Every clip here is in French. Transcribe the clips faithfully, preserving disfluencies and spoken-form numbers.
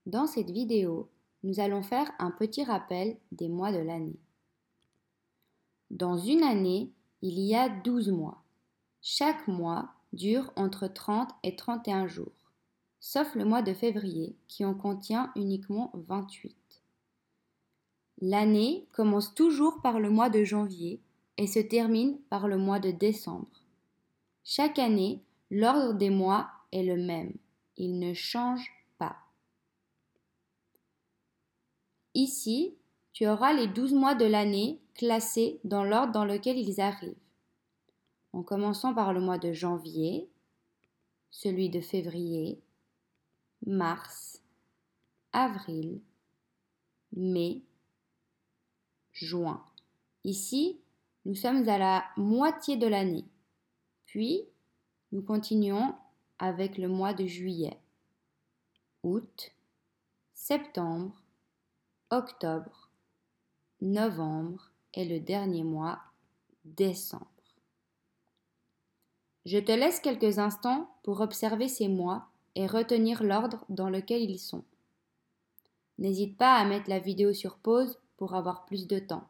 Dans cette vidéo, nous allons faire un petit rappel des mois de l'année. Dans une année, il y a douze mois. Chaque mois dure entre trente et trente et un jours, sauf le mois de février qui en contient uniquement vingt-huit. L'année commence toujours par le mois de janvier et se termine par le mois de décembre. Chaque année, l'ordre des mois est le même. Il ne change pas. Ici, tu auras les douze mois de l'année classés dans l'ordre dans lequel ils arrivent. En commençant par le mois de janvier, celui de février, mars, avril, mai, juin. Ici, nous sommes à la moitié de l'année. Puis, nous continuons avec le mois de juillet, août, septembre, octobre, novembre et le dernier mois, décembre. Je te laisse quelques instants pour observer ces mois et retenir l'ordre dans lequel ils sont. N'hésite pas à mettre la vidéo sur pause pour avoir plus de temps.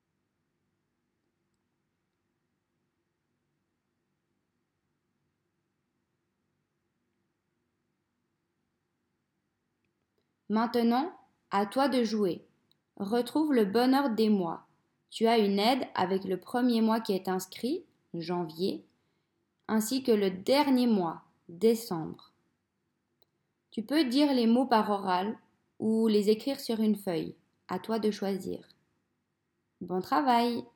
Maintenant, à toi de jouer. Retrouve le bon ordre des mois. Tu as une aide avec le premier mois qui est inscrit, janvier, ainsi que le dernier mois, décembre. Tu peux dire les mots par oral ou les écrire sur une feuille. À toi de choisir. Bon travail!